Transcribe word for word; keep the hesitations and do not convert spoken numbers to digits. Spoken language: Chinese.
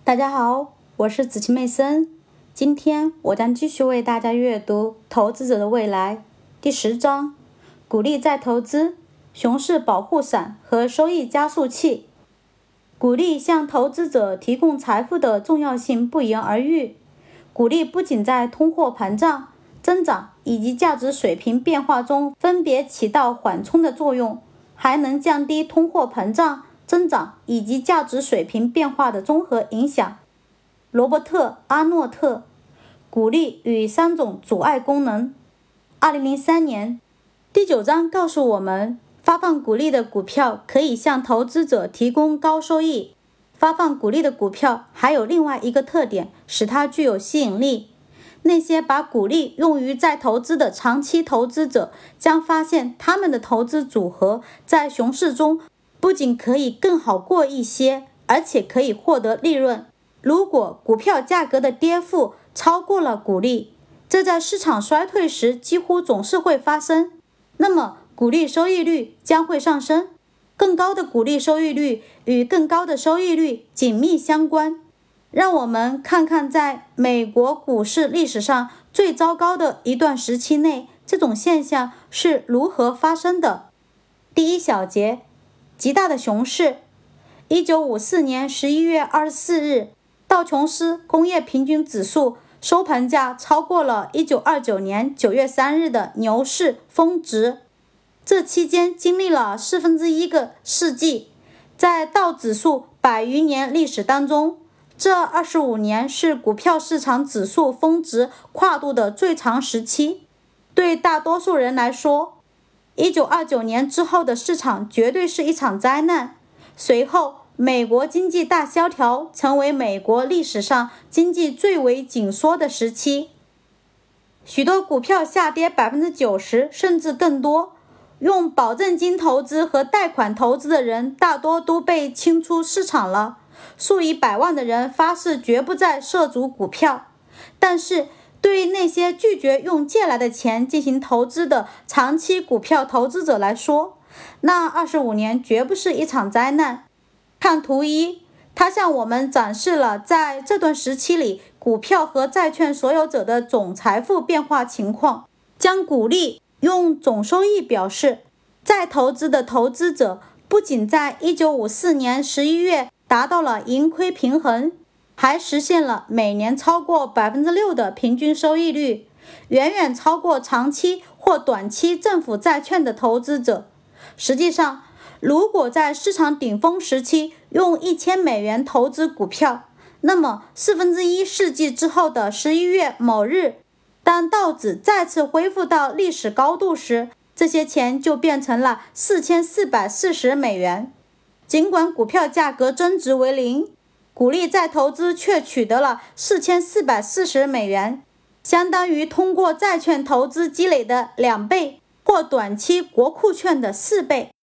大家好，我是子琪妹森。今天我将继续为大家阅读《投资者的未来》第十章，鼓励再投资、熊市保护伞和收益加速器。鼓励向投资者提供财富的重要性不言而喻。鼓励不仅在通货膨胀、增长以及价值水平变化中分别起到缓冲的作用，还能降低通货膨胀、增长以及价值水平变化的综合影响。罗伯特·阿诺特，鼓励与三种阻碍功能。二零零三年，第九章告诉我们，发放鼓励的股票可以向投资者提供高收益。发放鼓励的股票还有另外一个特点，使它具有吸引力。那些把鼓励用于再投资的长期投资者将发现，他们的投资组合在熊市中不仅可以更好过一些，而且可以获得利润。如果股票价格的跌幅超过了鼓励，这在市场衰退时几乎总是会发生，那么鼓励收益率将会上升。更高的鼓励收益率与更高的收益率紧密相关。让我们看看在美国股市历史上最糟糕的一段时期内，这种现象是如何发生的。第一小节，极大的熊市。一九五四年十一月二十四日，道琼斯工业平均指数收盘价超过了一九二九年九月三日的牛市峰值。这期间经历了四分之一个世纪，在道指数百余年历史当中，这二十五年是股票市场指数峰值跨度的最长时期。对大多数人来说，一九二九年之后的市场绝对是一场灾难。随后，美国经济大萧条成为美国历史上经济最为紧缩的时期，许多股票下跌 百分之九十 甚至更多。用保证金投资和贷款投资的人大多都被清出市场了，数以百万的人发誓绝不再涉足股票。但是对于那些拒绝用借来的钱进行投资的长期股票投资者来说，那二十五年绝不是一场灾难。看图一，它向我们展示了在这段时期里股票和债券所有者的总财富变化情况。将鼓励用总收益表示，再投资的投资者不仅在一九五四年十一月达到了盈亏平衡，还实现了每年超过 百分之六 的平均收益率，远远超过长期或短期政府债券的投资者。实际上，如果在市场顶峰时期用一千美元投资股票，那么四分之一世纪之后的十一月某日，当道指再次恢复到历史高度时，这些钱就变成了四千四百四十美元。尽管股票价格增值为零，鼓励再投资却取得了四千四百四十美元，相当于通过债券投资积累的两倍，或短期国库券的四倍。